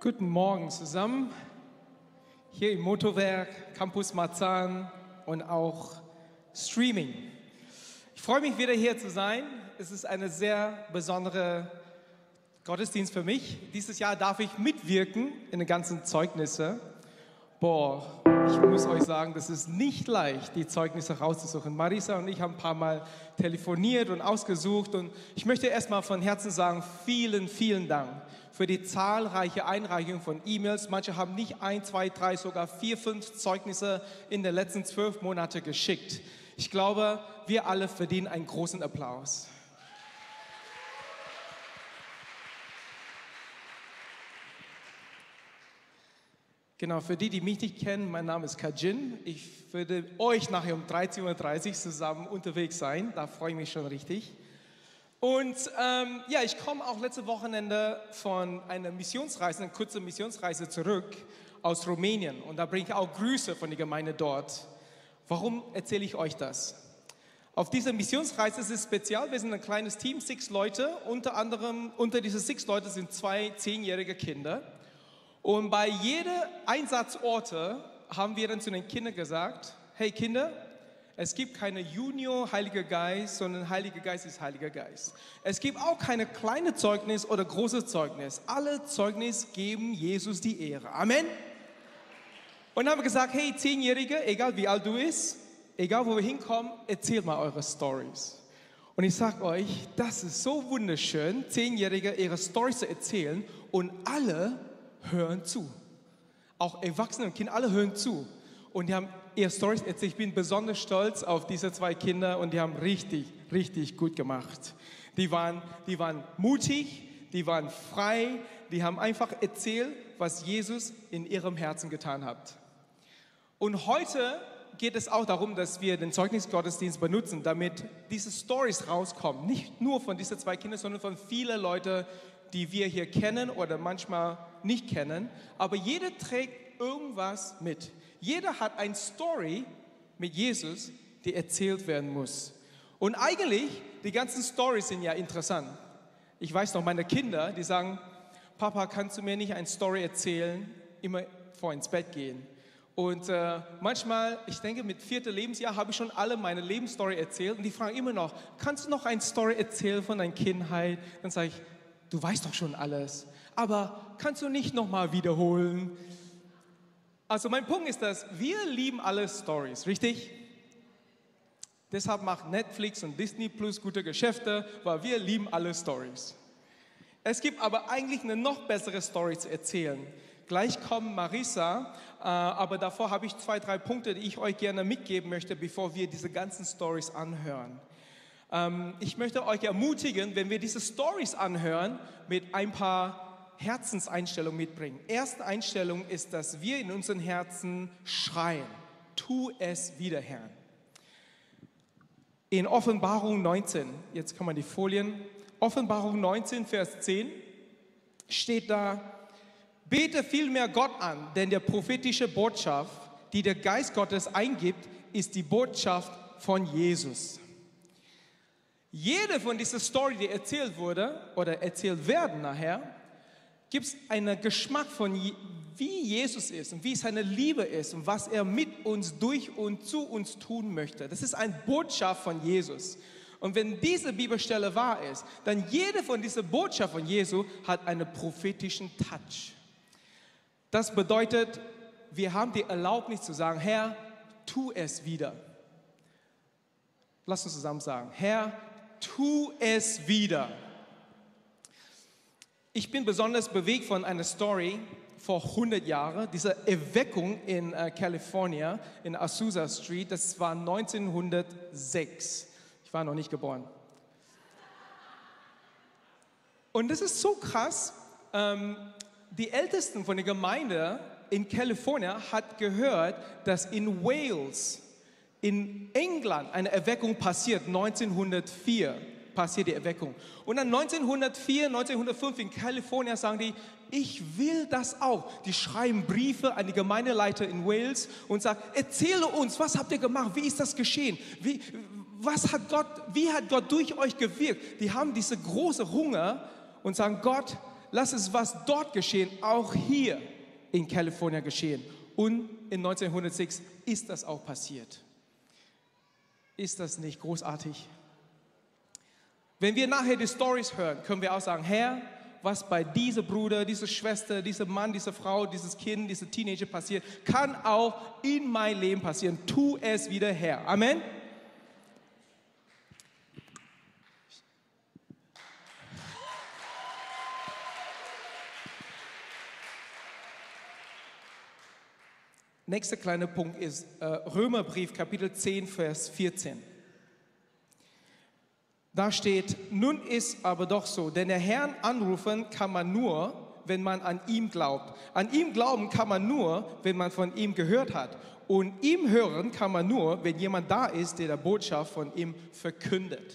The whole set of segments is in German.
Guten Morgen zusammen, hier im Motowerk, Campus Marzahn und auch Streaming. Ich freue mich wieder hier zu sein. Es ist eine sehr besondere Gottesdienst für mich. Dieses Jahr darf ich mitwirken in den ganzen Zeugnissen. Ich muss euch sagen, das ist nicht leicht, die Zeugnisse rauszusuchen. Marisa und ich haben ein paar Mal telefoniert und ausgesucht und ich möchte erstmal von Herzen sagen, vielen, vielen Dank für die zahlreiche Einreichung von E-Mails. Manche haben nicht 1, 2, 3, sogar 4, 5 Zeugnisse in den letzten 12 Monaten geschickt. Ich glaube, wir alle verdienen einen großen Applaus. Genau, für die, die mich nicht kennen, mein Name ist Kajin. Ich würde euch nachher um 13:30 Uhr zusammen unterwegs sein. Da freue ich mich schon richtig. Und ich komme auch letzte Wochenende von einer Missionsreise, eine kurze Missionsreise zurück aus Rumänien. Und da bringe ich auch Grüße von der Gemeinde dort. Warum erzähle ich euch das? Auf dieser Missionsreise ist es speziell. Wir sind ein kleines Team, 6 Leute. Unter anderem, unter diesen 6 Leuten sind 2 10-jährige Kinder. Und bei jedem Einsatzorte haben wir dann zu den Kindern gesagt, hey Kinder, es gibt keine Junior Heiliger Geist, sondern Heiliger Geist ist Heiliger Geist. Es gibt auch keine kleine Zeugnis oder große Zeugnis. Alle Zeugnis geben Jesus die Ehre. Amen. Und dann haben wir gesagt, hey 10-Jährige, egal wie alt du bist, egal wo wir hinkommen, erzählt mal eure Stories. Und ich sage euch, das ist so wunderschön, 10-Jährige ihre Stories zu erzählen und alle hören zu. Auch Erwachsene und Kinder, alle hören zu. Und die haben ihre Storys erzählt. Ich bin besonders stolz auf diese 2 Kinder und die haben richtig, richtig gut gemacht. Die waren mutig, die waren frei, die haben einfach erzählt, was Jesus in ihrem Herzen getan hat. Und heute geht es auch darum, dass wir den Zeugnisgottesdienst benutzen, damit diese Stories rauskommen. Nicht nur von diesen 2 Kindern, sondern von vielen Leuten, die wir hier kennen oder manchmal nicht kennen, aber jeder trägt irgendwas mit. Jeder hat eine Story mit Jesus, die erzählt werden muss. Und eigentlich, die ganzen Stories sind ja interessant. Ich weiß noch, meine Kinder, die sagen, Papa, kannst du mir nicht eine Story erzählen, immer vor ins Bett gehen? Und manchmal, ich denke, mit 4. Lebensjahr habe ich schon alle meine Lebensstory erzählt und die fragen immer noch, kannst du noch eine Story erzählen von deiner Kindheit? Dann sage ich, du weißt doch schon alles, aber kannst du nicht nochmal wiederholen? Also mein Punkt ist, dass wir lieben alle Stories, richtig? Deshalb macht Netflix und Disney Plus gute Geschäfte, weil wir lieben alle Stories. Es gibt aber eigentlich eine noch bessere Story zu erzählen. Gleich kommt Marisa, aber davor habe ich 2, 3 Punkte, die ich euch gerne mitgeben möchte, bevor wir diese ganzen Stories anhören. Ich möchte euch ermutigen, wenn wir diese Stories anhören, mit ein paar Herzenseinstellungen mitbringen. Erste Einstellung ist, dass wir in unseren Herzen schreien, tu es wieder, Herr. In Offenbarung 19, jetzt kann man die Folien, Offenbarung 19, Vers 10, steht da, bete vielmehr Gott an, denn der prophetische Botschaft, die der Geist Gottes eingibt, ist die Botschaft von Jesus. Jede von dieser Story, die erzählt wurde oder erzählt werden nachher, gibt es einen Geschmack von, wie Jesus ist und wie seine Liebe ist und was er mit uns, durch und zu uns tun möchte. Das ist eine Botschaft von Jesus. Und wenn diese Bibelstelle wahr ist, dann jede von dieser Botschaft von Jesus hat einen prophetischen Touch. Das bedeutet, wir haben die Erlaubnis zu sagen, Herr, tu es wieder. Lass uns zusammen sagen, Herr, tu es wieder. Ich bin besonders bewegt von einer Story vor 100 Jahren, diese Erweckung in Kalifornien, in Azusa Street, das war 1906. Ich war noch nicht geboren. Und das ist so krass, die Ältesten von der Gemeinde in Kalifornien hat gehört, dass in Wales, in England eine Erweckung passiert, 1904 passiert die Erweckung. Und dann 1904, 1905 in Kalifornien sagen die, ich will das auch. Die schreiben Briefe an die Gemeindeleiter in Wales und sagen, erzähle uns, was habt ihr gemacht, wie ist das geschehen, wie hat Gott durch euch gewirkt? Die haben diese große Hunger und sagen, Gott, lass es, was dort geschehen, auch hier in Kalifornien geschehen. Und in 1906 ist das auch passiert. Ist das nicht großartig? Wenn wir nachher die Stories hören, können wir auch sagen, Herr, was bei diesem Bruder, dieser Schwester, diesem Mann, dieser Frau, dieses Kind, dieser Teenager passiert, kann auch in mein Leben passieren. Tu es wieder, Herr. Amen. Nächster kleiner Punkt ist Römerbrief, Kapitel 10, Vers 14. Da steht, nun ist aber doch so, denn der Herrn anrufen kann man nur, wenn man an ihm glaubt. An ihm glauben kann man nur, wenn man von ihm gehört hat. Und ihm hören kann man nur, wenn jemand da ist, der die Botschaft von ihm verkündet.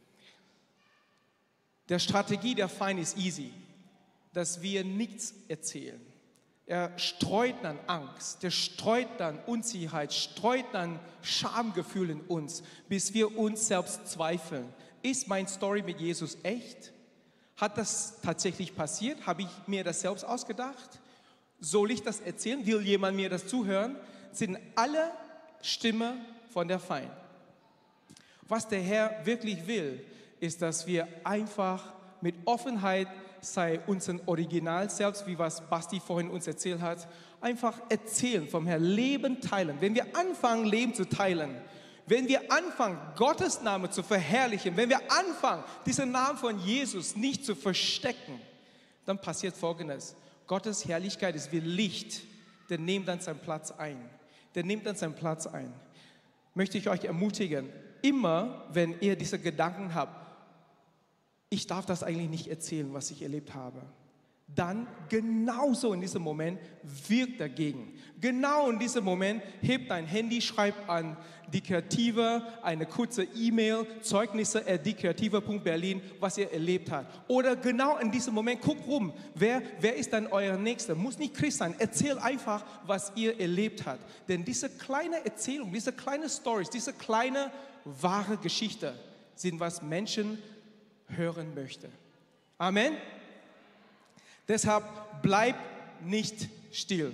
Der Strategie der Feind ist easy, dass wir nichts erzählen. Er streut dann Angst, der streut dann Unsicherheit, streut dann Schamgefühl in uns, bis wir uns selbst zweifeln. Ist meine Story mit Jesus echt? Hat das tatsächlich passiert? Habe ich mir das selbst ausgedacht? Soll ich das erzählen? Will jemand mir das zuhören? Sind alle Stimmen von der Feind. Was der Herr wirklich will, ist, dass wir einfach mit Offenheit sei unser Original selbst, wie was Basti vorhin uns erzählt hat, einfach erzählen vom Herrn, Leben teilen. Wenn wir anfangen, Leben zu teilen, wenn wir anfangen, Gottes Namen zu verherrlichen, wenn wir anfangen, diesen Namen von Jesus nicht zu verstecken, dann passiert Folgendes. Gottes Herrlichkeit ist wie Licht, der nimmt dann seinen Platz ein. Der nimmt dann seinen Platz ein. Möchte ich euch ermutigen, immer wenn ihr diese Gedanken habt, ich darf das eigentlich nicht erzählen, was ich erlebt habe, dann genauso in diesem Moment wirkt dagegen. Genau in diesem Moment hebt dein Handy, schreibt an die Kreative eine kurze E-Mail, zeugnisse@diekreative.berlin, was ihr erlebt habt. Oder genau in diesem Moment, guckt rum, wer ist dann euer Nächster? Muss nicht Christ sein, erzähl einfach, was ihr erlebt habt. Denn diese kleine Erzählung, diese kleine Stories, diese kleine wahre Geschichte sind, was Menschen hören möchte. Amen. Deshalb bleib nicht still.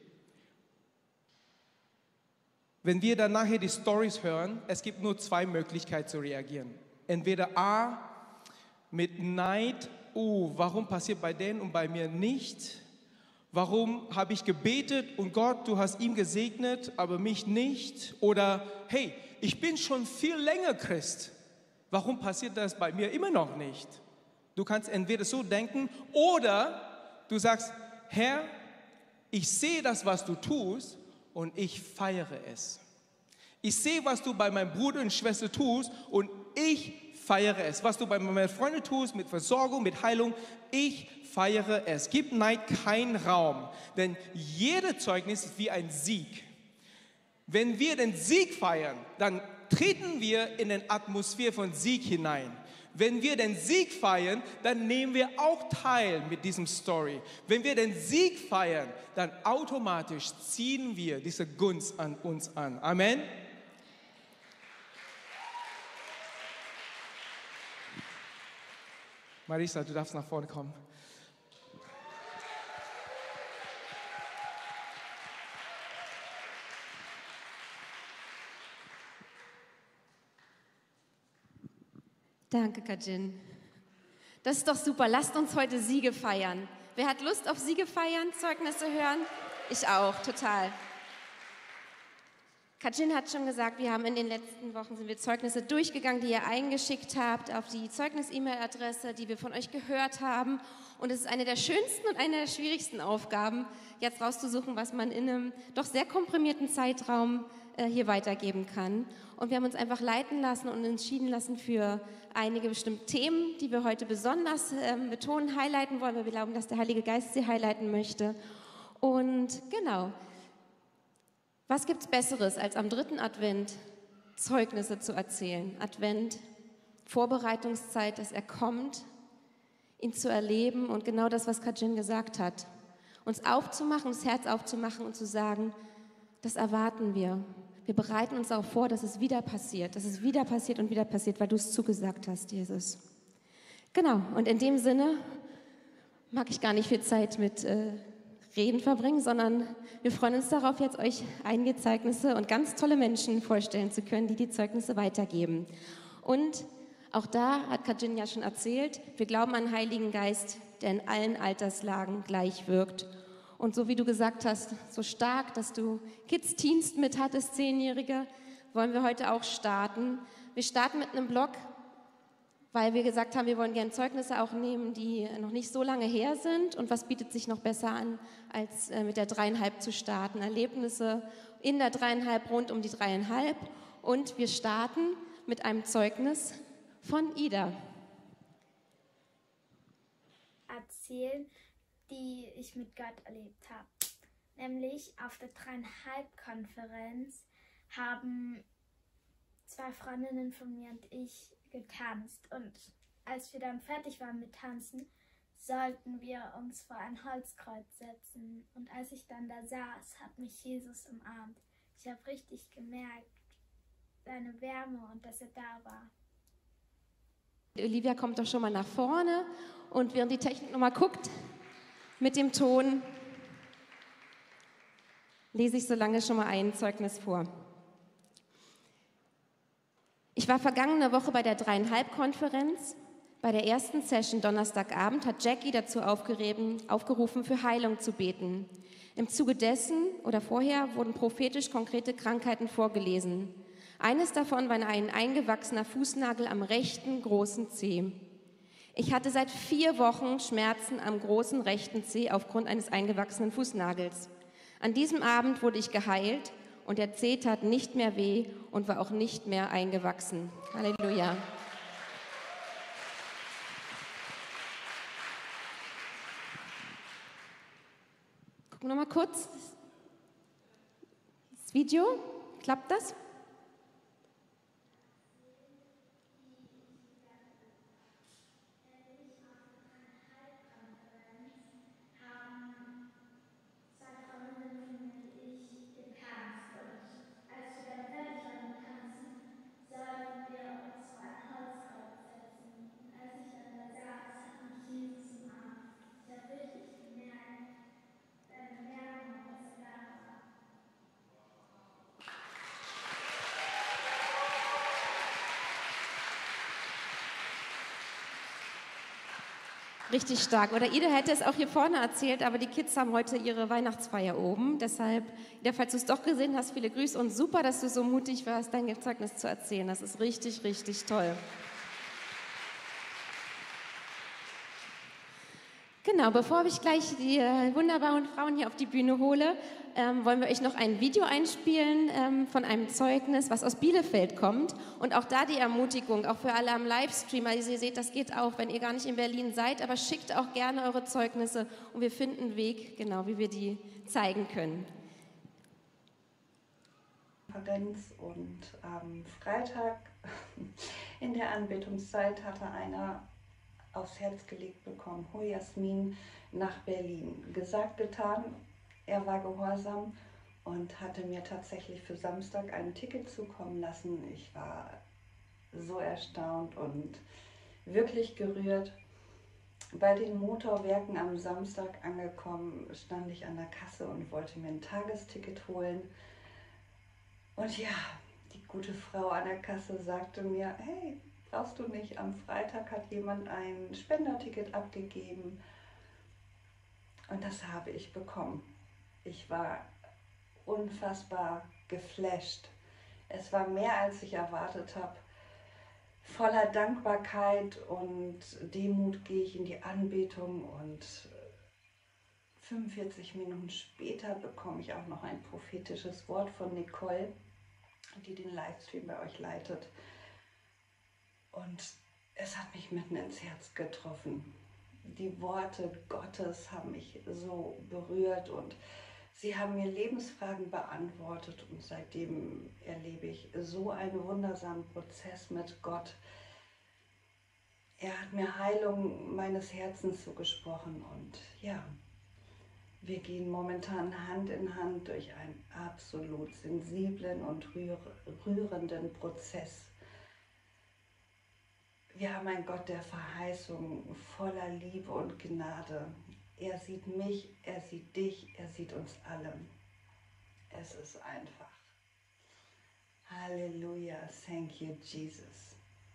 Wenn wir dann nachher die Stories hören, es gibt nur zwei Möglichkeiten zu reagieren. Entweder A, mit Neid, oh, warum passiert bei denen und bei mir nicht? Warum habe ich gebetet und Gott, du hast ihn gesegnet, aber mich nicht? Oder, hey, ich bin schon viel länger Christ. Warum passiert das bei mir immer noch nicht? Du kannst entweder so denken oder du sagst, Herr, ich sehe das, was du tust und ich feiere es. Ich sehe, was du bei meinem Bruder und Schwester tust und ich feiere es. Was du bei meinen Freunden tust, mit Versorgung, mit Heilung, ich feiere es. Gib Neid keinen Raum, denn jeder Zeugnis ist wie ein Sieg. Wenn wir den Sieg feiern, dann treten wir in eine Atmosphäre von Sieg hinein. Wenn wir den Sieg feiern, dann nehmen wir auch teil mit diesem Story. Wenn wir den Sieg feiern, dann automatisch ziehen wir diese Gunst an uns an. Amen. Marisa, du darfst nach vorne kommen. Danke, Kajin. Das ist doch super. Lasst uns heute Siege feiern. Wer hat Lust auf Siege feiern, Zeugnisse hören? Ich auch, total. Kajin hat schon gesagt, wir haben in den letzten Wochen sind wir Zeugnisse durchgegangen, die ihr eingeschickt habt auf die Zeugnis-E-Mail-Adresse, die wir von euch gehört haben. Und es ist eine der schönsten und eine der schwierigsten Aufgaben, jetzt rauszusuchen, was man in einem doch sehr komprimierten Zeitraum hier weitergeben kann. Und wir haben uns einfach leiten lassen und entschieden lassen für einige bestimmte Themen, die wir heute besonders betonen, highlighten wollen, weil wir glauben, dass der Heilige Geist sie highlighten möchte. Und genau, was gibt es Besseres, als am 3. Advent Zeugnisse zu erzählen? Advent, Vorbereitungszeit, dass er kommt, ihn zu erleben und genau das, was Kajin gesagt hat. Uns aufzumachen, das Herz aufzumachen und zu sagen, das erwarten wir. Wir bereiten uns auch vor, dass es wieder passiert, und wieder passiert, weil du es zugesagt hast, Jesus. Genau, und in dem Sinne mag ich gar nicht viel Zeit mit Reden verbringen, sondern wir freuen uns darauf, jetzt euch einige Zeugnisse und ganz tolle Menschen vorstellen zu können, die die Zeugnisse weitergeben. Und auch da hat Kajin ja schon erzählt, wir glauben an den Heiligen Geist, der in allen Alterslagen gleich wirkt. Und so wie du gesagt hast, so stark, dass du Kids Teens mit hattest, 10-Jährige, wollen wir heute auch starten. Wir starten mit einem Blog, weil wir gesagt haben, wir wollen gerne Zeugnisse auch nehmen, die noch nicht so lange her sind. Und was bietet sich noch besser an, als mit der 3,5 zu starten? Erlebnisse in der 3,5, rund um die 3,5. Und wir starten mit einem Zeugnis von Ida. Erzählen, die ich mit Gott erlebt habe. Nämlich auf der 3,5-Konferenz haben 2 Freundinnen von mir und ich getanzt. Und als wir dann fertig waren mit Tanzen, sollten wir uns vor ein Holzkreuz setzen. Und als ich dann da saß, hat mich Jesus umarmt. Ich habe richtig gemerkt, seine Wärme und dass er da war. Olivia kommt doch schon mal nach vorne und während die Technik nochmal guckt mit dem Ton, lese ich so lange schon mal ein Zeugnis vor. Ich war vergangene Woche bei der 3,5-Konferenz. Bei der ersten Session Donnerstagabend hat Jackie dazu aufgerufen, für Heilung zu beten. Im Zuge dessen oder vorher wurden prophetisch konkrete Krankheiten vorgelesen. Eines davon war ein eingewachsener Fußnagel am rechten großen Zeh. Ich hatte seit 4 Wochen Schmerzen am großen rechten Zeh aufgrund eines eingewachsenen Fußnagels. An diesem Abend wurde ich geheilt und der Zeh tat nicht mehr weh und war auch nicht mehr eingewachsen. Halleluja. Gucken wir noch mal kurz. Das Video, klappt das? Richtig stark. Oder Ida hätte es auch hier vorne erzählt, aber die Kids haben heute ihre Weihnachtsfeier oben. Deshalb, Ida, falls du es doch gesehen hast, viele Grüße und super, dass du so mutig warst, dein Zeugnis zu erzählen. Das ist richtig, richtig toll. Genau, bevor ich gleich die wunderbaren Frauen hier auf die Bühne hole, wollen wir euch noch ein Video einspielen von einem Zeugnis, was aus Bielefeld kommt. Und auch da die Ermutigung, auch für alle am Livestream. Also ihr seht, das geht auch, wenn ihr gar nicht in Berlin seid, aber schickt auch gerne eure Zeugnisse und wir finden einen Weg, genau, wie wir die zeigen können. Und am Freitag in der Anbetungszeit hatte einer aufs Herz gelegt bekommen, hol Jasmin nach Berlin. Gesagt, getan, er war gehorsam und hatte mir tatsächlich für Samstag ein Ticket zukommen lassen. Ich war so erstaunt und wirklich gerührt. Bei den Motorwerken am Samstag angekommen, stand ich an der Kasse und wollte mir ein Tagesticket holen. Und ja, die gute Frau an der Kasse sagte mir, hey, brauchst du nicht, am Freitag hat jemand ein Spenderticket abgegeben. Und das habe ich bekommen. Ich war unfassbar geflasht. Es war mehr, als ich erwartet habe. Voller Dankbarkeit und Demut gehe ich in die Anbetung und 45 Minuten später bekomme ich auch noch ein prophetisches Wort von Nicole, die den Livestream bei euch leitet. Und es hat mich mitten ins Herz getroffen. Die Worte Gottes haben mich so berührt und sie haben mir Lebensfragen beantwortet und seitdem erlebe ich so einen wundersamen Prozess mit Gott. Er hat mir Heilung meines Herzens zugesprochen und ja, wir gehen momentan Hand in Hand durch einen absolut sensiblen und rührenden Prozess. Wir haben einen Gott der Verheißung, voller Liebe und Gnade. Er sieht mich, er sieht dich, er sieht uns alle. Es ist einfach. Halleluja, thank you, Jesus.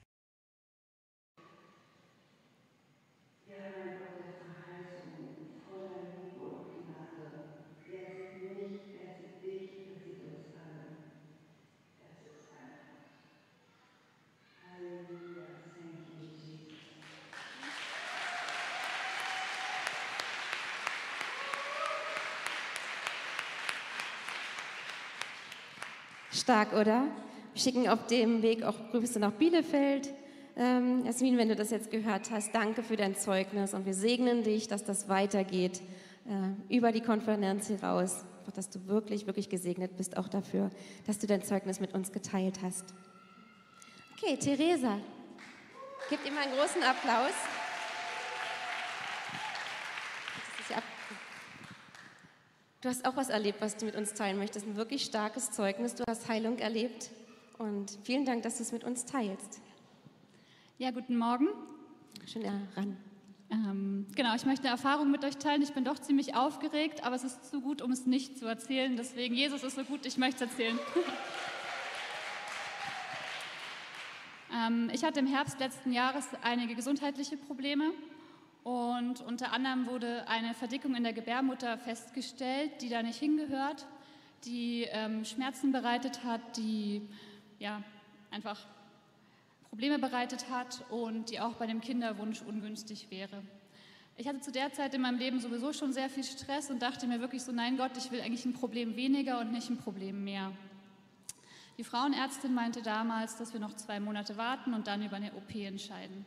Stark, oder? Wir schicken auf dem Weg auch Grüße nach Bielefeld. Jasmin, wenn du das jetzt gehört hast, danke für dein Zeugnis und wir segnen dich, dass das weitergeht über die Konferenz hinaus, dass du wirklich, wirklich gesegnet bist, auch dafür, dass du dein Zeugnis mit uns geteilt hast. Okay, Theresa, gebt ihm einen großen Applaus. Du hast auch was erlebt, was du mit uns teilen möchtest. Ein wirklich starkes Zeugnis. Du hast Heilung erlebt. Und vielen Dank, dass du es mit uns teilst. Ja, guten Morgen. Schön ran. Genau, ich möchte eine Erfahrung mit euch teilen. Ich bin doch ziemlich aufgeregt, aber es ist zu gut, um es nicht zu erzählen. Deswegen, Jesus ist so gut, ich möchte es erzählen. Ich hatte im Herbst letzten Jahres einige gesundheitliche Probleme. Und unter anderem wurde eine Verdickung in der Gebärmutter festgestellt, die da nicht hingehört, die Schmerzen bereitet hat, die ja, einfach Probleme bereitet hat und die auch bei dem Kinderwunsch ungünstig wäre. Ich hatte zu der Zeit in meinem Leben sowieso schon sehr viel Stress und dachte mir wirklich so, nein Gott, ich will eigentlich ein Problem weniger und nicht ein Problem mehr. Die Frauenärztin meinte damals, dass wir noch 2 Monate warten und dann über eine OP entscheiden.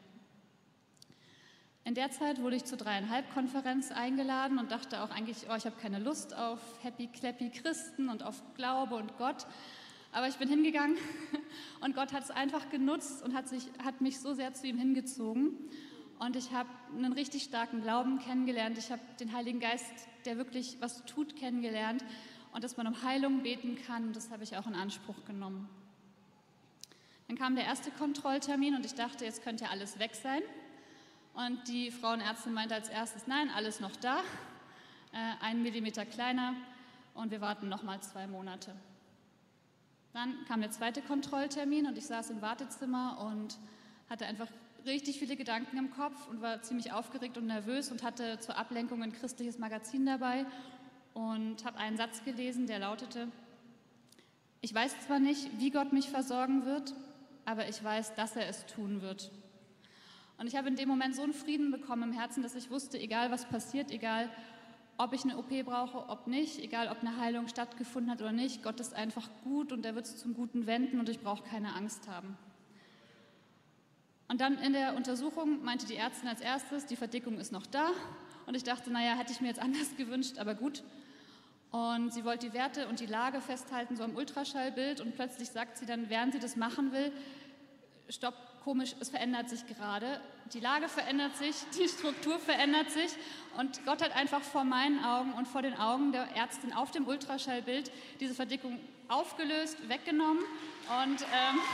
In der Zeit wurde ich zur 3,5-Konferenz eingeladen und dachte auch eigentlich, oh, ich habe keine Lust auf Happy Clappy Christen und auf Glaube und Gott. Aber ich bin hingegangen und Gott hat es einfach genutzt und hat mich so sehr zu ihm hingezogen. Und ich habe einen richtig starken Glauben kennengelernt. Ich habe den Heiligen Geist, der wirklich was tut, kennengelernt. Und dass man um Heilung beten kann, das habe ich auch in Anspruch genommen. Dann kam der erste Kontrolltermin und ich dachte, jetzt könnte ja alles weg sein. Und die Frauenärztin meinte als erstes, nein, alles noch da, 1 Millimeter kleiner und wir warten nochmal 2 Monate. Dann kam der zweite Kontrolltermin und ich saß im Wartezimmer und hatte einfach richtig viele Gedanken im Kopf und war ziemlich aufgeregt und nervös und hatte zur Ablenkung ein christliches Magazin dabei und habe einen Satz gelesen, der lautete, ich weiß zwar nicht, wie Gott mich versorgen wird, aber ich weiß, dass er es tun wird. Und ich habe in dem Moment so einen Frieden bekommen im Herzen, dass ich wusste, egal was passiert, egal ob ich eine OP brauche, ob nicht, egal ob eine Heilung stattgefunden hat oder nicht, Gott ist einfach gut und er wird es zum Guten wenden und ich brauche keine Angst haben. Und dann in der Untersuchung meinte die Ärztin als erstes, die Verdickung ist noch da und ich dachte, naja, hätte ich mir jetzt anders gewünscht, aber gut. Und sie wollte die Werte und die Lage festhalten, so am Ultraschallbild und plötzlich sagt sie dann, während sie das machen will, stopp, komisch, es verändert sich gerade, die Lage verändert sich, die Struktur verändert sich und Gott hat einfach vor meinen Augen und vor den Augen der Ärztin auf dem Ultraschallbild diese Verdickung aufgelöst, weggenommen und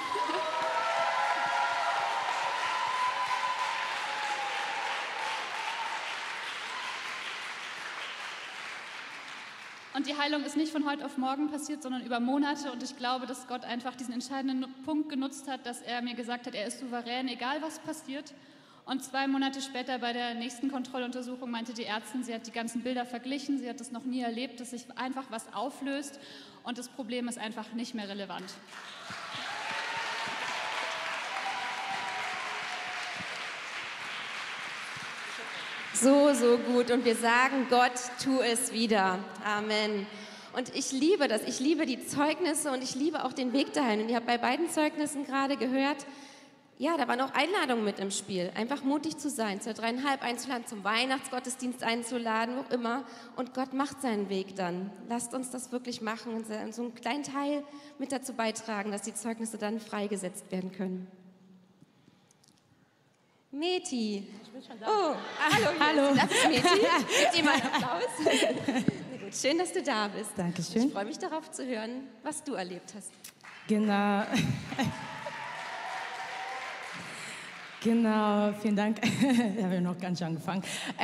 Und die Heilung ist nicht von heute auf morgen passiert, sondern über Monate. Und ich glaube, dass Gott einfach diesen entscheidenden Punkt genutzt hat, dass er mir gesagt hat, er ist souverän, egal was passiert. Und 2 Monate später bei der nächsten Kontrolluntersuchung meinte die Ärztin, sie hat die ganzen Bilder verglichen, sie hat es noch nie erlebt, dass sich einfach was auflöst und das Problem ist einfach nicht mehr relevant. So, so gut. Und wir sagen, Gott, tu es wieder. Amen. Und ich liebe das. Ich liebe die Zeugnisse und ich liebe auch den Weg dahin. Und ihr habt bei beiden Zeugnissen gerade gehört, ja, da waren auch Einladungen mit im Spiel. Einfach mutig zu sein, zur 3,5 einzuladen, zum Weihnachtsgottesdienst einzuladen, wo immer. Und Gott macht seinen Weg dann. Lasst uns das wirklich machen und so einen kleinen Teil mit dazu beitragen, dass die Zeugnisse dann freigesetzt werden können. Meti. Ich bin schon da. Oh, hallo. Das ist Meti. Gebt ihr mal einen Applaus. Gut, schön, dass du da bist. Dankeschön. Ich freue mich darauf zu hören, was du erlebt hast. Genau. Genau, vielen Dank. Ich habe ja noch gar nicht angefangen.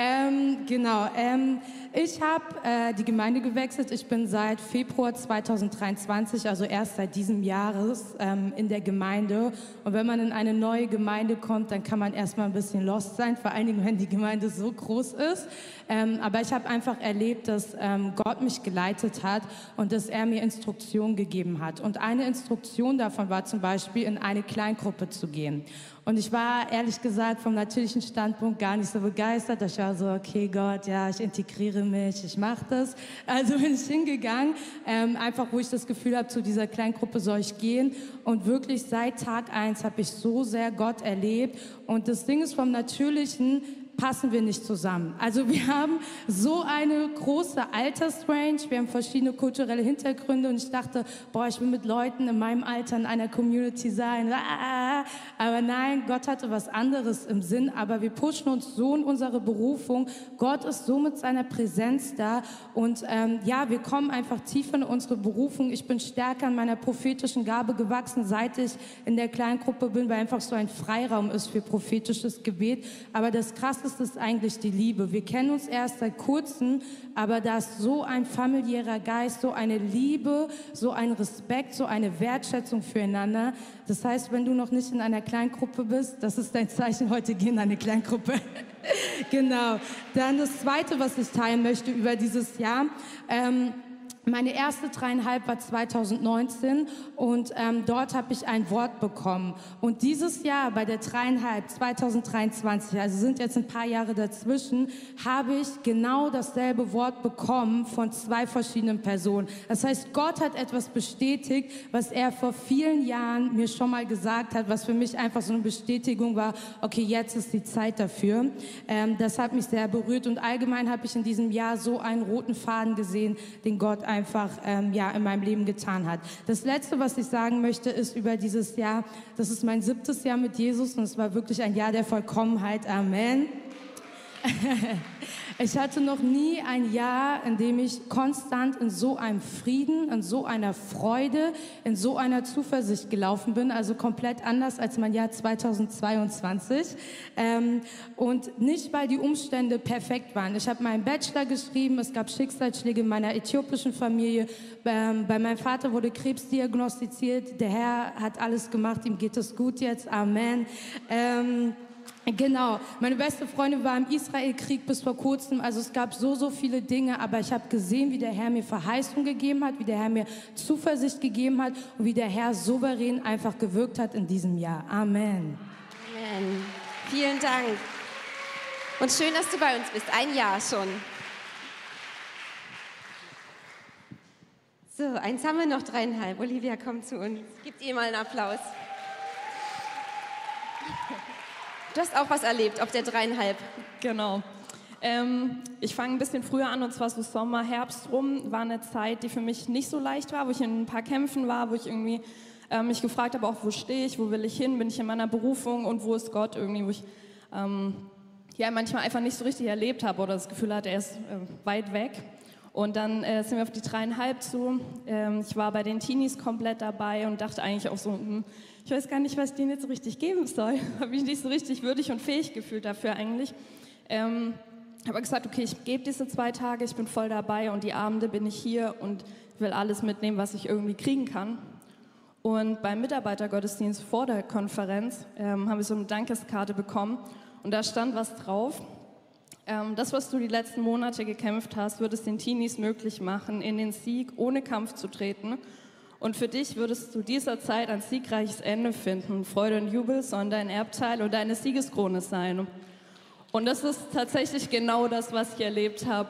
Ich habe die Gemeinde gewechselt. Ich bin seit Februar 2023, also erst seit diesem Jahres, in der Gemeinde. Und wenn man in eine neue Gemeinde kommt, dann kann man erstmal ein bisschen lost sein, vor allen Dingen, wenn die Gemeinde so groß ist. Aber ich habe einfach erlebt, dass Gott mich geleitet hat und dass er mir Instruktionen gegeben hat. Und eine Instruktion davon war zum Beispiel, in eine Kleingruppe zu gehen. Und ich war, ehrlich gesagt, vom natürlichen Standpunkt gar nicht so begeistert. Ich war so, okay Gott, ja, ich integriere mich, ich mache das. Also bin ich hingegangen, einfach wo ich das Gefühl habe, zu dieser Kleingruppe soll ich gehen. Und wirklich seit Tag 1 habe ich so sehr Gott erlebt. Und das Ding ist, vom Natürlichen passen wir nicht zusammen. Also wir haben so eine große Altersrange, wir haben verschiedene kulturelle Hintergründe und ich dachte, boah, ich will mit Leuten in meinem Alter in einer Community sein. Aber nein, Gott hatte was anderes im Sinn, aber wir pushen uns so in unsere Berufung. Gott ist so mit seiner Präsenz da und wir kommen einfach tiefer in unsere Berufung. Ich bin stärker an meiner prophetischen Gabe gewachsen, seit ich in der Kleingruppe bin, weil einfach so ein Freiraum ist für prophetisches Gebet. Aber das Krasse ist eigentlich die Liebe. Wir kennen uns erst seit kurzem, aber da ist so ein familiärer Geist, so eine Liebe, so ein Respekt, so eine Wertschätzung füreinander. Das heißt, wenn du noch nicht in einer Kleingruppe bist, das ist dein Zeichen, heute geh in eine Kleingruppe. Genau. Dann das Zweite, was ich teilen möchte über dieses Jahr. Meine erste 3,5 war 2019 und dort habe ich ein Wort bekommen. Und dieses Jahr bei der 3,5, 2023, also sind jetzt ein paar Jahre dazwischen, habe ich genau dasselbe Wort bekommen von 2 verschiedenen Personen. Das heißt, Gott hat etwas bestätigt, was er vor vielen Jahren mir schon mal gesagt hat, was für mich einfach so eine Bestätigung war, okay, jetzt ist die Zeit dafür. Das hat mich sehr berührt und allgemein habe ich in diesem Jahr so einen roten Faden gesehen, den Gott einfach in meinem Leben getan hat. Das Letzte, was ich sagen möchte, ist über dieses Jahr, das ist mein 7. Jahr mit Jesus und es war wirklich ein Jahr der Vollkommenheit. Amen. Ich hatte noch nie ein Jahr, in dem ich konstant in so einem Frieden, in so einer Freude, in so einer Zuversicht gelaufen bin, also komplett anders als mein Jahr 2022. Und nicht, weil die Umstände perfekt waren. Ich habe meinen Bachelor geschrieben, es gab Schicksalsschläge in meiner äthiopischen Familie, bei meinem Vater wurde Krebs diagnostiziert, der Herr hat alles gemacht, ihm geht es gut jetzt, Amen. Genau, meine beste Freundin war im Israel-Krieg bis vor kurzem, also es gab so viele Dinge, aber ich habe gesehen, wie der Herr mir Verheißung gegeben hat, wie der Herr mir Zuversicht gegeben hat und wie der Herr souverän einfach gewirkt hat in diesem Jahr. Amen. Amen. Vielen Dank. Und schön, dass du bei uns bist, ein Jahr schon. So, eins haben wir noch, 3,5. Olivia, komm zu uns. Gebt ihr mal einen Applaus. Du hast auch was erlebt auf der 3,5. Genau. Ich fange ein bisschen früher an, und zwar so Sommer, Herbst rum, war eine Zeit, die für mich nicht so leicht war, wo ich in ein paar Kämpfen war, wo ich irgendwie mich gefragt habe, auch wo stehe ich, wo will ich hin, bin ich in meiner Berufung und wo ist Gott irgendwie, wo ich manchmal einfach nicht so richtig erlebt habe oder das Gefühl hatte, er ist weit weg. Und dann sind wir auf die 3,5 zu. Ich war bei den Teenies komplett dabei und dachte eigentlich auch so, ich weiß gar nicht, was ich denen jetzt so richtig geben soll. Habe mich nicht so richtig würdig und fähig gefühlt dafür eigentlich. Habe gesagt, okay, ich gebe diese 2 Tage, ich bin voll dabei und die Abende bin ich hier und will alles mitnehmen, was ich irgendwie kriegen kann. Und beim Mitarbeitergottesdienst vor der Konferenz haben wir so eine Dankeskarte bekommen und da stand was drauf. Das, was du die letzten Monate gekämpft hast, wird es den Teenies möglich machen, in den Sieg ohne Kampf zu treten. Und für dich würdest zu dieser Zeit ein siegreiches Ende finden. Freude und Jubel sollen dein Erbteil und deine Siegeskrone sein. Und das ist tatsächlich genau das, was ich erlebt habe.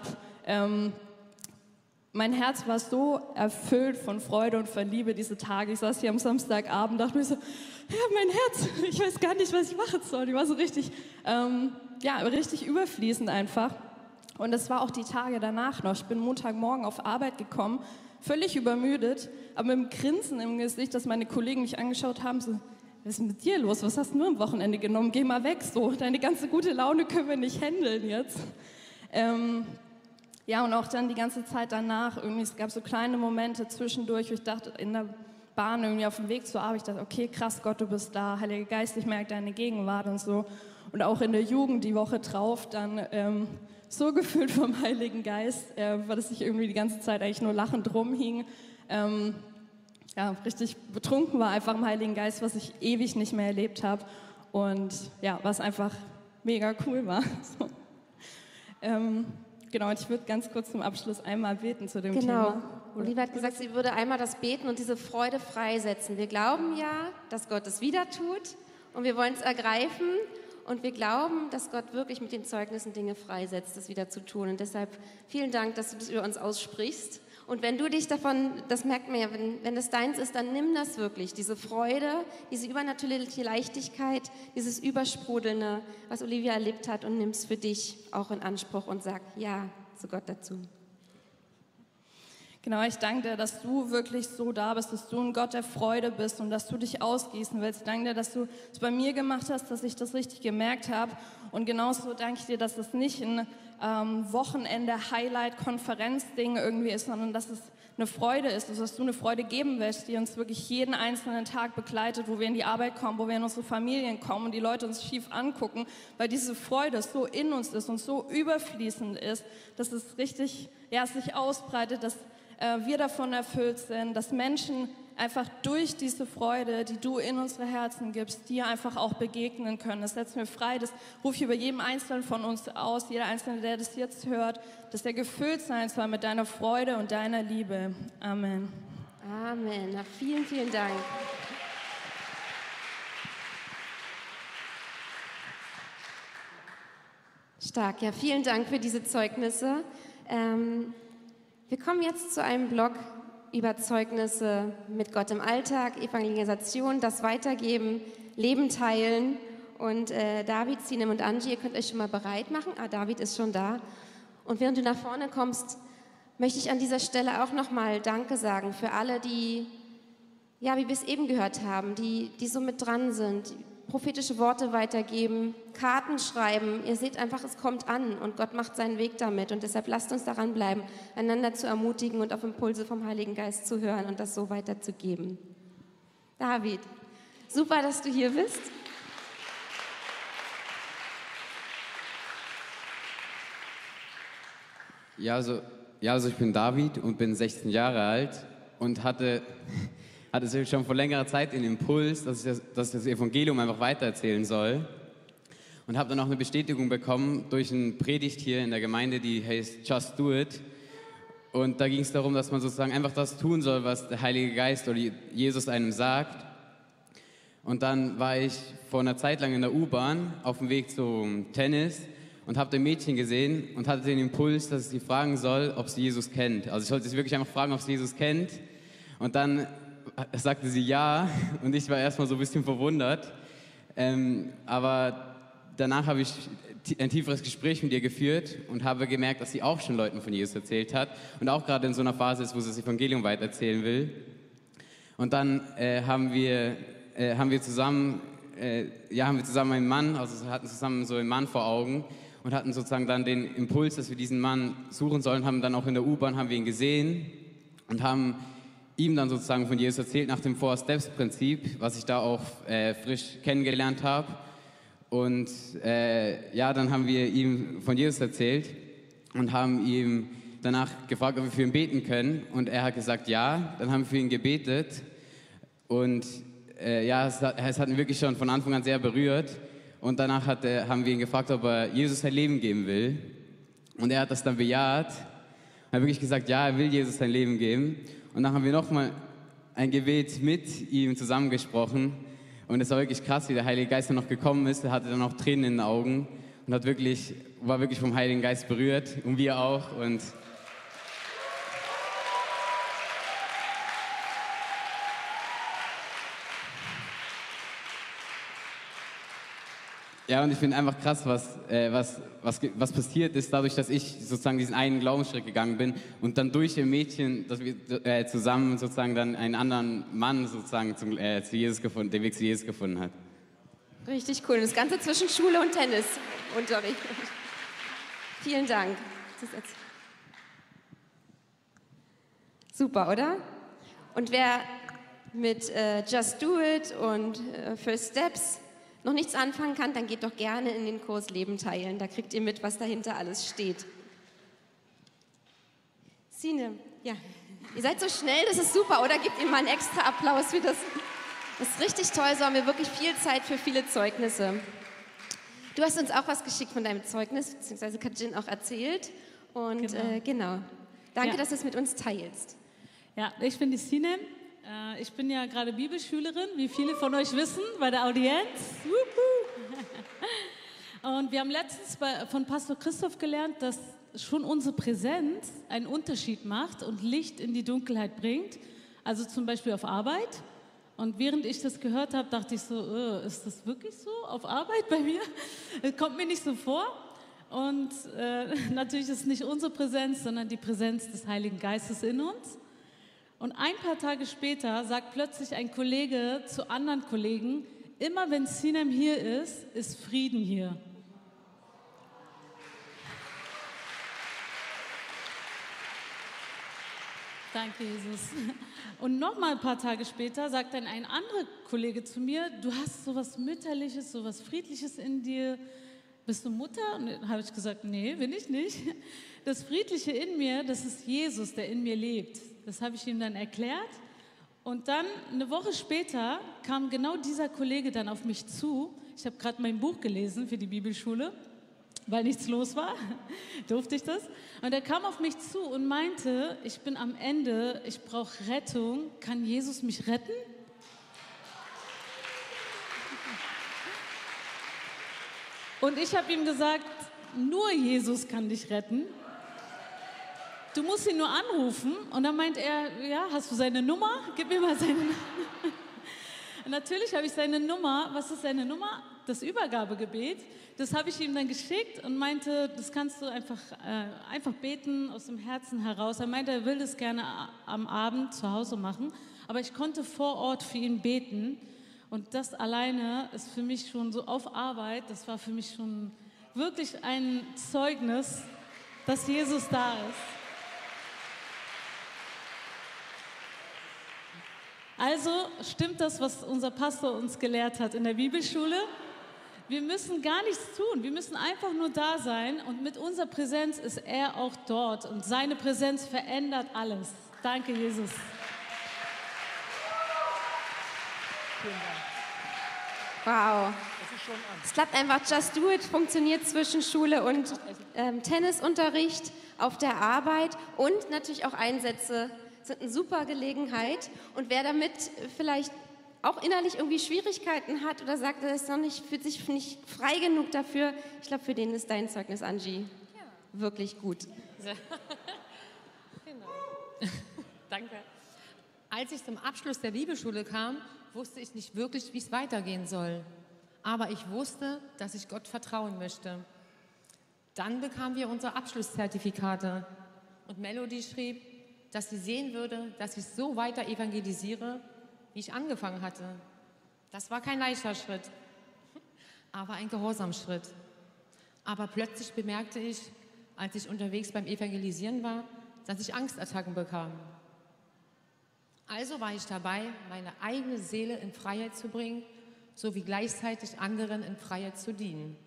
Mein Herz war so erfüllt von Freude und von Liebe diese Tage. Ich saß hier am Samstagabend, dachte mir so, ja, mein Herz, ich weiß gar nicht, was ich machen soll. Ich war so richtig, richtig überfließend einfach. Und es war auch die Tage danach noch. Ich bin Montagmorgen auf Arbeit gekommen, völlig übermüdet, aber mit einem Grinsen im Gesicht, dass meine Kollegen mich angeschaut haben, so, was ist mit dir los? Was hast du nur am Wochenende genommen? Geh mal weg, so. Deine ganze gute Laune können wir nicht handeln jetzt. Und auch dann die ganze Zeit danach, irgendwie, es gab so kleine Momente zwischendurch, wo ich dachte, in der Bahn irgendwie auf dem Weg zur Arbeit. Ich dachte, okay, krass, Gott, du bist da, Heiliger Geist, ich merke deine Gegenwart und so. Und auch in der Jugend die Woche drauf dann so gefühlt vom Heiligen Geist, weil dass ich irgendwie die ganze Zeit eigentlich nur lachend rumhing. Richtig betrunken war einfach im Heiligen Geist, was ich ewig nicht mehr erlebt habe. Und ja, was einfach mega cool war. So. Genau, und ich würde ganz kurz zum Abschluss einmal beten zu dem Thema. Genau. Olivia hat gesagt, sie würde einmal das Beten und diese Freude freisetzen. Wir glauben ja, dass Gott es wieder tut und wir wollen es ergreifen und wir glauben, dass Gott wirklich mit den Zeugnissen Dinge freisetzt, das wieder zu tun. Und deshalb vielen Dank, dass du das über uns aussprichst. Und wenn du dich davon, das merkt man ja, wenn das deins ist, dann nimm das wirklich, diese Freude, diese übernatürliche Leichtigkeit, dieses Übersprudelnde, was Olivia erlebt hat und nimm es für dich auch in Anspruch und sag Ja zu Gott dazu. Genau, ich danke dir, dass du wirklich so da bist, dass du ein Gott der Freude bist und dass du dich ausgießen willst. Ich danke dir, dass du es bei mir gemacht hast, dass ich das richtig gemerkt habe. Und genauso danke ich dir, dass es nicht ein Wochenende-Highlight-Konferenz-Ding irgendwie ist, sondern dass es eine Freude ist, also dass du eine Freude geben willst, die uns wirklich jeden einzelnen Tag begleitet, wo wir in die Arbeit kommen, wo wir in unsere Familien kommen und die Leute uns schief angucken, weil diese Freude so in uns ist und so überfließend ist, dass es richtig, ja, sich ausbreitet, dass wir davon erfüllt sind, dass Menschen einfach durch diese Freude, die du in unsere Herzen gibst, dir einfach auch begegnen können. Das setzt mir frei, das rufe ich über jedem Einzelnen von uns aus, jeder Einzelne, der das jetzt hört, dass er gefüllt sein soll mit deiner Freude und deiner Liebe. Amen. Amen. Na, vielen, vielen Dank. Stark, ja, vielen Dank für diese Zeugnisse. Wir kommen jetzt zu einem Blog über Zeugnisse mit Gott im Alltag, Evangelisation, das Weitergeben, Leben teilen. Und David, Sinem und Angie, ihr könnt euch schon mal bereit machen. David ist schon da. Und während du nach vorne kommst, möchte ich an dieser Stelle auch nochmal Danke sagen für alle, die, ja, wie wir es eben gehört haben, die so mit dran sind, prophetische Worte weitergeben, Karten schreiben. Ihr seht einfach, es kommt an und Gott macht seinen Weg damit. Und deshalb lasst uns daran bleiben, einander zu ermutigen und auf Impulse vom Heiligen Geist zu hören und das so weiterzugeben. David, super, dass du hier bist. Ja, also ich bin David und bin 16 Jahre alt und hatte schon vor längerer Zeit den Impuls, dass ich das Evangelium einfach weitererzählen soll. Und habe dann auch eine Bestätigung bekommen durch eine Predigt hier in der Gemeinde, die heißt Just Do It. Und da ging es darum, dass man sozusagen einfach das tun soll, was der Heilige Geist oder Jesus einem sagt. Und dann war ich vor einer Zeit lang in der U-Bahn auf dem Weg zum Tennis und habe ein Mädchen gesehen und hatte den Impuls, dass ich sie fragen soll, ob sie Jesus kennt. Also ich sollte sie wirklich einfach fragen, ob sie Jesus kennt. Und dann sagte sie ja und ich war erstmal so ein bisschen verwundert. Aber danach habe ich ein tieferes Gespräch mit ihr geführt und habe gemerkt, dass sie auch schon Leuten von Jesus erzählt hat und auch gerade in so einer Phase ist, wo sie das Evangelium weitererzählen will. Und dann haben wir zusammen einen Mann, also hatten zusammen so einen Mann vor Augen und hatten sozusagen dann den Impuls, dass wir diesen Mann suchen sollen, haben dann auch in der U-Bahn haben wir ihn gesehen und haben ihm dann sozusagen von Jesus erzählt nach dem Four-Steps-Prinzip, was ich da auch frisch kennengelernt habe. Und dann haben wir ihm von Jesus erzählt und haben ihm danach gefragt, ob wir für ihn beten können. Und er hat gesagt, ja. Dann haben wir für ihn gebetet. Und es hat ihn wirklich schon von Anfang an sehr berührt. Und danach haben wir ihn gefragt, ob er Jesus sein Leben geben will. Und er hat das dann bejaht. Er hat wirklich gesagt, ja, er will Jesus sein Leben geben. Und dann haben wir nochmal ein Gebet mit ihm zusammengesprochen. Und es war wirklich krass, wie der Heilige Geist dann noch gekommen ist. Er hatte dann auch Tränen in den Augen und war wirklich vom Heiligen Geist berührt. Und wir auch. Und ja, und ich finde einfach krass, was passiert ist, dadurch, dass ich sozusagen diesen einen Glaubensschritt gegangen bin und dann durch ein Mädchen, dass wir zusammen sozusagen dann einen anderen Mann sozusagen zu Jesus gefunden, den Weg zu Jesus gefunden hat. Richtig cool. Das Ganze zwischen Schule und Tennisunterricht. Vielen Dank. Super, oder? Und wer mit Just Do It und First Steps noch nichts anfangen kann, dann geht doch gerne in den Kurs Leben teilen. Da kriegt ihr mit, was dahinter alles steht. Sine, ja, ihr seid so schnell, das ist super, oder? Gebt ihm mal einen extra Applaus für das. Das ist richtig toll, so haben wir wirklich viel Zeit für viele Zeugnisse. Du hast uns auch was geschickt von deinem Zeugnis, beziehungsweise Kajin auch erzählt. Und genau, danke, dass du es mit uns teilst. Ja, ich bin die Sine. Ich bin ja gerade Bibelschülerin, wie viele von euch wissen, bei der Audienz. Und wir haben letztens von Pastor Christoph gelernt, dass schon unsere Präsenz einen Unterschied macht und Licht in die Dunkelheit bringt. Also zum Beispiel auf Arbeit. Und während ich das gehört habe, dachte ich so, ist das wirklich so auf Arbeit bei mir? Das kommt mir nicht so vor. Und natürlich ist es nicht unsere Präsenz, sondern die Präsenz des Heiligen Geistes in uns. Und ein paar Tage später sagt plötzlich ein Kollege zu anderen Kollegen, immer wenn Sinem hier ist Frieden hier. Danke, Jesus. Und noch mal ein paar Tage später sagt dann ein anderer Kollege zu mir, du hast sowas Mütterliches, sowas Friedliches in dir. Bist du Mutter? Und dann habe ich gesagt, nee, bin ich nicht. Das Friedliche in mir, das ist Jesus, der in mir lebt. Das habe ich ihm dann erklärt. Und dann, eine Woche später, kam genau dieser Kollege dann auf mich zu. Ich habe gerade mein Buch gelesen für die Bibelschule, weil nichts los war, durfte ich das. Und er kam auf mich zu und meinte, ich bin am Ende, ich brauche Rettung. Kann Jesus mich retten? Und ich habe ihm gesagt, nur Jesus kann dich retten. Du musst ihn nur anrufen. Und dann meint er, ja, hast du seine Nummer? Gib mir mal seine Nummer. Natürlich habe ich seine Nummer. Was ist seine Nummer? Das Übergabegebet. Das habe ich ihm dann geschickt und meinte, das kannst du einfach beten aus dem Herzen heraus. Er meinte, er will das gerne am Abend zu Hause machen. Aber ich konnte vor Ort für ihn beten. Und das alleine ist für mich schon so auf Arbeit, das war für mich schon wirklich ein Zeugnis, dass Jesus da ist. Also stimmt das, was unser Pastor uns gelehrt hat in der Bibelschule? Wir müssen gar nichts tun, wir müssen einfach nur da sein und mit unserer Präsenz ist er auch dort und seine Präsenz verändert alles. Danke, Jesus. Wow. Es klappt einfach, Just Do It funktioniert zwischen Schule und Tennisunterricht auf der Arbeit und natürlich auch Einsätze sind eine super Gelegenheit. Und wer damit vielleicht auch innerlich irgendwie Schwierigkeiten hat oder sagt, er ist noch nicht, fühlt sich nicht frei genug dafür, ich glaube, für den ist dein Zeugnis, Angie, wirklich gut. Genau. Danke. Als ich zum Abschluss der Bibelschule kam, wusste ich nicht wirklich, wie es weitergehen soll. Aber ich wusste, dass ich Gott vertrauen möchte. Dann bekamen wir unsere Abschlusszertifikate und Melody schrieb, dass sie sehen würde, dass ich so weiter evangelisiere, wie ich angefangen hatte. Das war kein leichter Schritt, aber ein Gehorsamschritt. Aber plötzlich bemerkte ich, als ich unterwegs beim Evangelisieren war, dass ich Angstattacken bekam. Also war ich dabei, meine eigene Seele in Freiheit zu bringen, sowie gleichzeitig anderen in Freiheit zu dienen.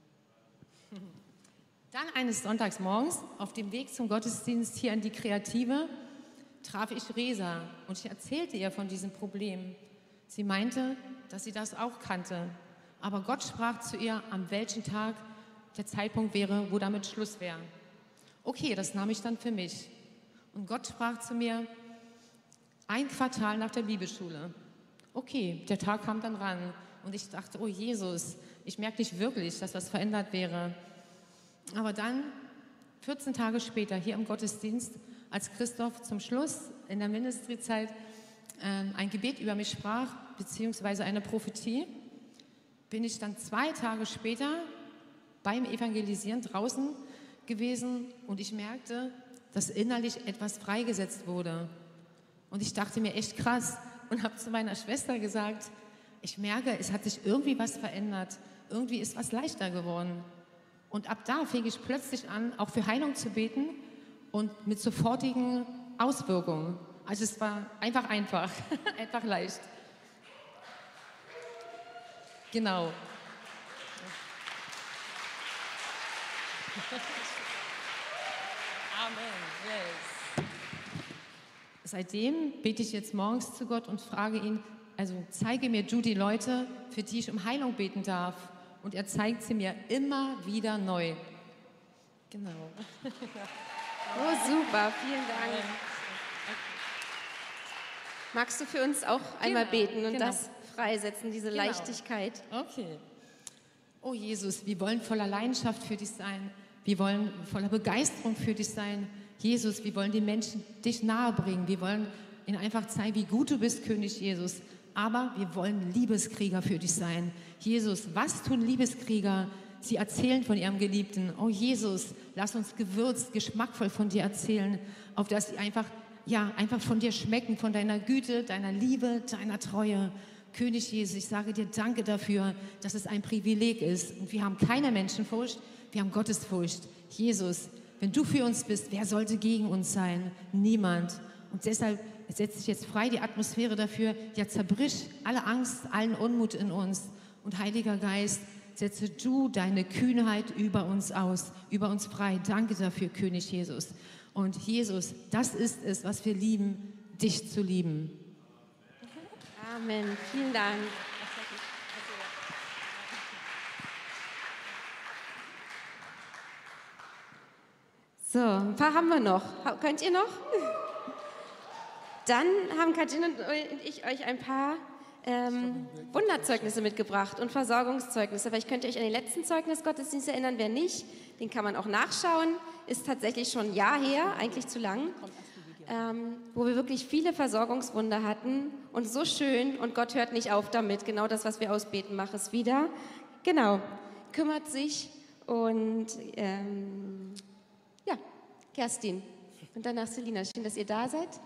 Dann eines Sonntagsmorgens, auf dem Weg zum Gottesdienst hier in die Kreative, traf ich Resa und ich erzählte ihr von diesem Problem. Sie meinte, dass sie das auch kannte, aber Gott sprach zu ihr, an welchem Tag der Zeitpunkt wäre, wo damit Schluss wäre. Okay, das nahm ich dann für mich. Und Gott sprach zu mir, ein Quartal nach der Bibelschule. Okay, der Tag kam dann ran und ich dachte, oh Jesus, ich merke nicht wirklich, dass was verändert wäre. Aber dann, 14 Tage später, hier im Gottesdienst, als Christoph zum Schluss in der Ministryzeit ein Gebet über mich sprach, beziehungsweise eine Prophetie, bin ich dann 2 Tage später beim Evangelisieren draußen gewesen und ich merkte, dass innerlich etwas freigesetzt wurde. Und ich dachte mir, echt krass, und habe zu meiner Schwester gesagt, ich merke, es hat sich irgendwie was verändert, irgendwie ist was leichter geworden. Und ab da fing ich plötzlich an, auch für Heilung zu beten und mit sofortigen Auswirkungen. Also es war einfach, einfach leicht. Genau. Amen. Yes. Seitdem bete ich jetzt morgens zu Gott und frage ihn, also zeige mir du die Leute, für die ich um Heilung beten darf. Und er zeigt sie mir immer wieder neu. Genau. Oh, super, vielen Dank. Magst du für uns auch einmal beten und das freisetzen, diese Leichtigkeit? Okay. Oh Jesus, wir wollen voller Leidenschaft für dich sein. Wir wollen voller Begeisterung für dich sein. Jesus, wir wollen den Menschen dich nahe bringen. Wir wollen ihnen einfach zeigen, wie gut du bist, König Jesus. Aber wir wollen Liebeskrieger für dich sein. Jesus, was tun Liebeskrieger? Sie erzählen von ihrem Geliebten. Oh Jesus, lass uns gewürzt, geschmackvoll von dir erzählen, auf dass sie einfach von dir schmecken, von deiner Güte, deiner Liebe, deiner Treue. König Jesus, ich sage dir danke dafür, dass es ein Privileg ist. Und wir haben keine Menschenfurcht, wir haben Gottesfurcht. Jesus, wenn du für uns bist, wer sollte gegen uns sein? Niemand. Und deshalb setze ich jetzt frei die Atmosphäre dafür, ja, zerbrisch alle Angst, allen Unmut in uns. Und Heiliger Geist, setze du deine Kühnheit über uns aus, über uns frei. Danke dafür, König Jesus. Und Jesus, das ist es, was wir lieben, dich zu lieben. Amen. Vielen Dank. So, ein paar haben wir noch. Könnt ihr noch? Dann haben Katrin und ich euch ein paar Wunderzeugnisse mitgebracht und Versorgungszeugnisse. Vielleicht könnt ihr euch an den letzten Zeugnisgottesdienst erinnern. Wer nicht, den kann man auch nachschauen. Ist tatsächlich schon ein Jahr her, eigentlich zu lang, wo wir wirklich viele Versorgungswunder hatten und so schön. Und Gott hört nicht auf damit. Genau das, was wir ausbeten, macht es wieder. Genau, kümmert sich und ja, Kerstin und danach Selina. Schön, dass ihr da seid.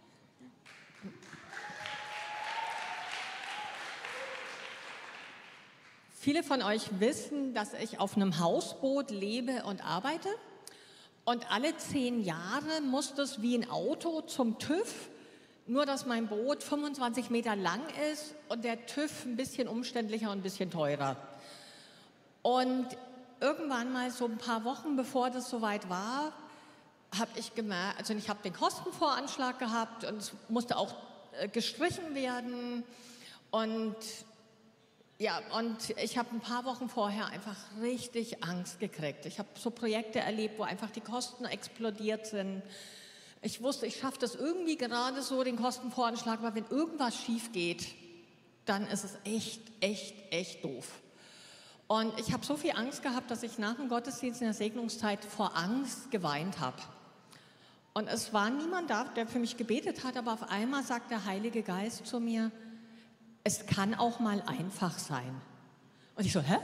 Viele von euch wissen, dass ich auf einem Hausboot lebe und arbeite. Und alle 10 Jahre muss das wie ein Auto zum TÜV, nur dass mein Boot 25 Meter lang ist und der TÜV ein bisschen umständlicher und ein bisschen teurer. Und irgendwann mal so ein paar Wochen bevor das soweit war, habe ich gemerkt, also ich habe den Kostenvoranschlag gehabt und es musste auch gestrichen werden und ja, und ich habe ein paar Wochen vorher einfach richtig Angst gekriegt. Ich habe so Projekte erlebt, wo einfach die Kosten explodiert sind. Ich wusste, ich schaffe das irgendwie gerade so, den Kostenvoranschlag, aber wenn irgendwas schief geht, dann ist es echt doof. Und ich habe so viel Angst gehabt, dass ich nach dem Gottesdienst in der Segnungszeit vor Angst geweint habe. Und es war niemand da, der für mich gebetet hat, aber auf einmal sagt der Heilige Geist zu mir, es kann auch mal einfach sein. Und ich so, hä?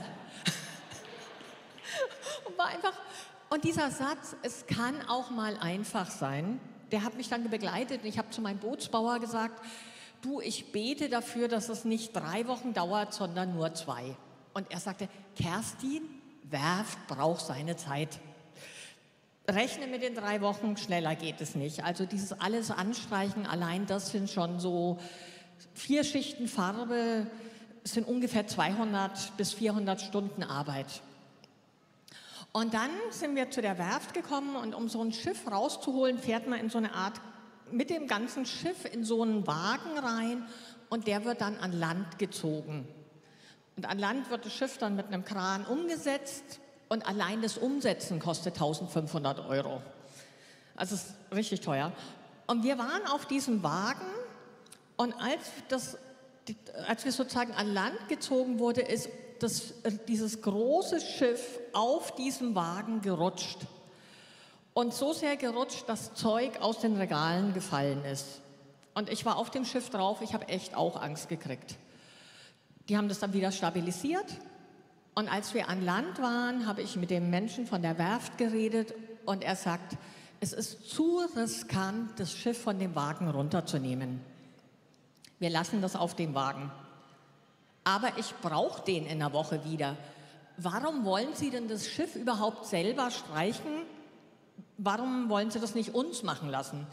Und dieser Satz, es kann auch mal einfach sein, der hat mich dann begleitet. Und ich habe zu meinem Bootsbauer gesagt, du, ich bete dafür, dass es nicht 3 Wochen dauert, sondern nur 2. Und er sagte, Kerstin, Werft braucht seine Zeit. Rechne mit den 3 Wochen, schneller geht es nicht. Also dieses alles Anstreichen, allein das sind schon so 4 Schichten Farbe, sind ungefähr 200 bis 400 Stunden Arbeit. Und dann sind wir zu der Werft gekommen und um so ein Schiff rauszuholen, fährt man in so eine Art, mit dem ganzen Schiff in so einen Wagen rein und der wird dann an Land gezogen. Und an Land wird das Schiff dann mit einem Kran umgesetzt und allein das Umsetzen kostet 1.500 €. Also es ist richtig teuer. Und wir waren auf diesem Wagen und als wir sozusagen an Land gezogen wurde, ist dieses große Schiff auf diesem Wagen gerutscht. Und so sehr gerutscht, dass Zeug aus den Regalen gefallen ist. Und ich war auf dem Schiff drauf, ich habe echt auch Angst gekriegt. Die haben das dann wieder stabilisiert. Und als wir an Land waren, habe ich mit dem Menschen von der Werft geredet und er sagt, es ist zu riskant, das Schiff von dem Wagen runterzunehmen. Wir lassen das auf dem Wagen. Aber ich brauche den in einer Woche wieder. Warum wollen Sie denn das Schiff überhaupt selber streichen? Warum wollen Sie das nicht uns machen lassen?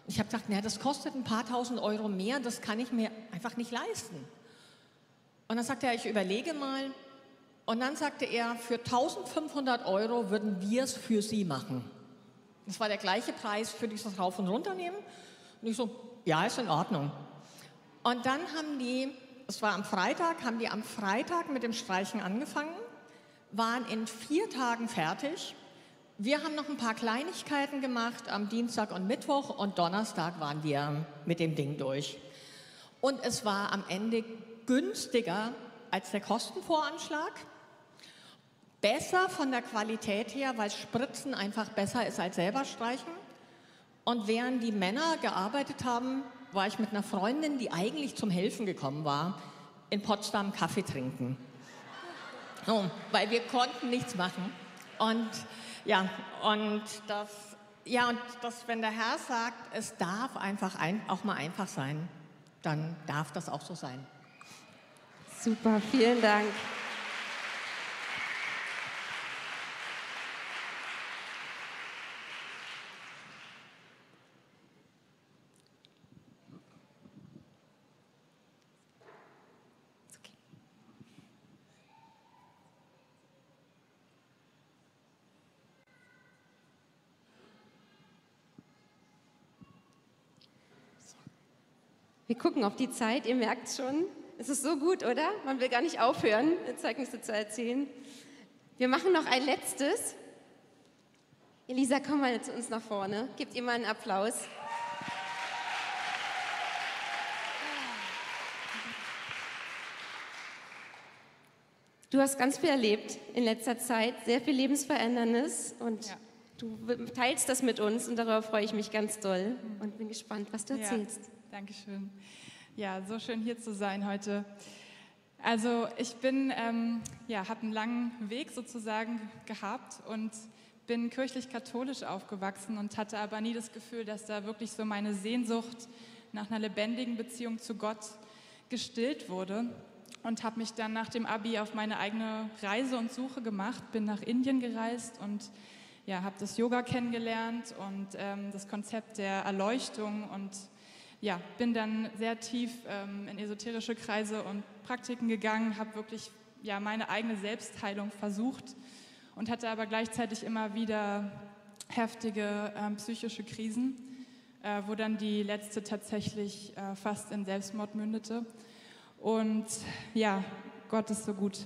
Ich habe gesagt, naja, das kostet ein paar tausend Euro mehr, das kann ich mir einfach nicht leisten. Und dann sagte er, ich überlege mal. Und dann sagte er, für 1500 Euro würden wir es für Sie machen. Das war der gleiche Preis für dieses Rauf- und Runternehmen. Und ich so, ja, ist in Ordnung. Und dann haben die, es war am Freitag, haben die am Freitag mit dem Streichen angefangen, waren in 4 Tagen fertig. Wir haben noch ein paar Kleinigkeiten gemacht am Dienstag und Mittwoch und Donnerstag waren wir mit dem Ding durch. Und es war am Ende günstiger als der Kostenvoranschlag. Besser von der Qualität her, weil Spritzen einfach besser ist als selber streichen. Und während die Männer gearbeitet haben, war ich mit einer Freundin, die eigentlich zum Helfen gekommen war, in Potsdam Kaffee trinken. So, weil wir konnten nichts machen. Und das, wenn der Herr sagt, es darf einfach auch mal einfach sein, dann darf das auch so sein. Super, vielen Dank. Wir gucken auf die Zeit, ihr merkt schon, es ist so gut, oder? Man will gar nicht aufhören, Zeugnisse zu erzählen. Wir machen noch ein letztes. Elisa, komm mal zu uns nach vorne. Gebt ihr mal einen Applaus. Du hast ganz viel erlebt in letzter Zeit, sehr viel Lebensveränderndes und du teilst das mit uns und darüber freue ich mich ganz doll und bin gespannt, was du erzählst. Dankeschön. Ja, so schön hier zu sein heute. Also ich bin, habe einen langen Weg sozusagen gehabt und bin kirchlich-katholisch aufgewachsen und hatte aber nie das Gefühl, dass da wirklich so meine Sehnsucht nach einer lebendigen Beziehung zu Gott gestillt wurde. Und habe mich dann nach dem Abi auf meine eigene Reise und Suche gemacht, bin nach Indien gereist und habe das Yoga kennengelernt und das Konzept der Erleuchtung und bin dann sehr tief in esoterische Kreise und Praktiken gegangen, habe wirklich meine eigene Selbstheilung versucht und hatte aber gleichzeitig immer wieder heftige psychische Krisen, wo dann die letzte tatsächlich fast in Selbstmord mündete. Und Gott ist so gut.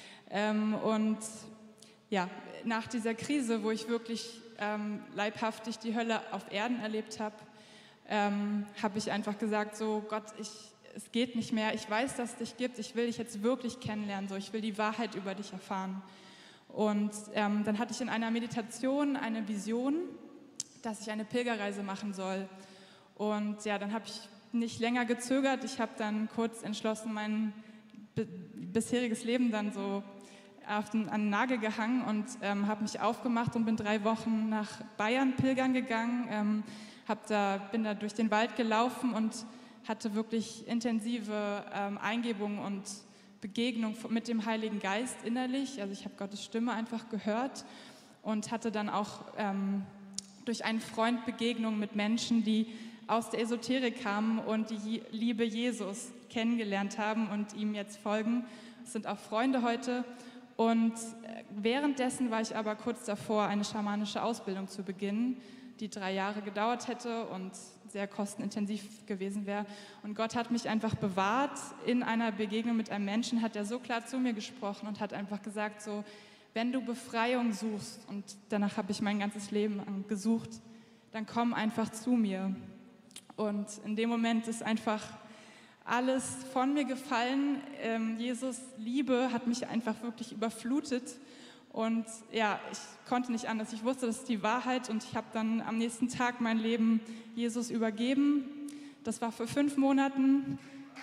Nach dieser Krise, wo ich wirklich leibhaftig die Hölle auf Erden erlebt habe, habe ich einfach gesagt, so Gott, es geht nicht mehr, ich weiß, dass es dich gibt, ich will dich jetzt wirklich kennenlernen, so, ich will die Wahrheit über dich erfahren. Und dann hatte ich in einer Meditation eine Vision, dass ich eine Pilgerreise machen soll. Und dann habe ich nicht länger gezögert, ich habe dann kurz entschlossen, mein bisheriges Leben dann so an den Nagel gehangen und habe mich aufgemacht und bin 3 Wochen nach Bayern pilgern gegangen, bin da durch den Wald gelaufen und hatte wirklich intensive Eingebungen und Begegnung mit dem Heiligen Geist innerlich. Also ich habe Gottes Stimme einfach gehört und hatte dann auch durch einen Freund Begegnungen mit Menschen, die aus der Esoterik kamen und die Liebe Jesus kennengelernt haben und ihm jetzt folgen. Das sind auch Freunde heute. Und währenddessen war ich aber kurz davor, eine schamanische Ausbildung zu beginnen, die 3 Jahre gedauert hätte und sehr kostenintensiv gewesen wäre. Und Gott hat mich einfach bewahrt. In einer Begegnung mit einem Menschen hat er so klar zu mir gesprochen und hat einfach gesagt, so, wenn du Befreiung suchst, und danach habe ich mein ganzes Leben gesucht, dann komm einfach zu mir. Und in dem Moment ist einfach alles von mir gefallen. Jesus' Liebe hat mich einfach wirklich überflutet. Und ich konnte nicht anders. Ich wusste, das ist die Wahrheit. Und ich habe dann am nächsten Tag mein Leben Jesus übergeben. Das war für 5 Monaten.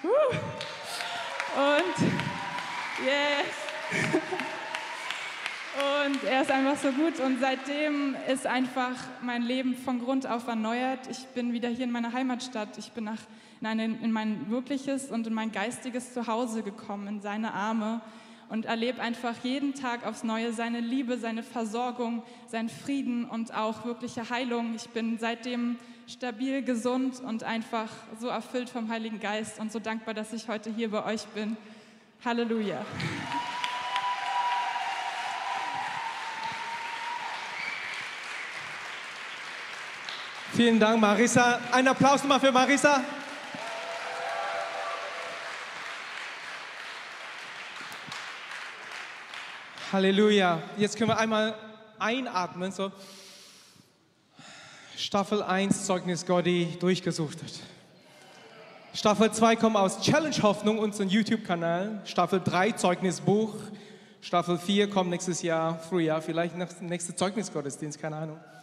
Und yes. Und er ist einfach so gut und seitdem ist einfach mein Leben von Grund auf erneuert. Ich bin wieder hier in meiner Heimatstadt. Ich bin in mein wirkliches und in mein geistiges Zuhause gekommen, in seine Arme. und erlebe einfach jeden Tag aufs Neue seine Liebe, seine Versorgung, seinen Frieden und auch wirkliche Heilung. Ich bin seitdem stabil, gesund und einfach so erfüllt vom Heiligen Geist und so dankbar, dass ich heute hier bei euch bin. Halleluja. Vielen Dank, Marissa. Einen Applaus nochmal für Marissa. Halleluja. Jetzt können wir einmal einatmen. So. Staffel 1, Zeugnis Gotti, durchgesuchtet. Staffel 2 kommt aus Challenge Hoffnung, unseren YouTube-Kanal. Staffel 3, Zeugnisbuch. Staffel 4 kommt nächstes Jahr, Frühjahr, vielleicht nächster Zeugnisgottesdienst, keine Ahnung.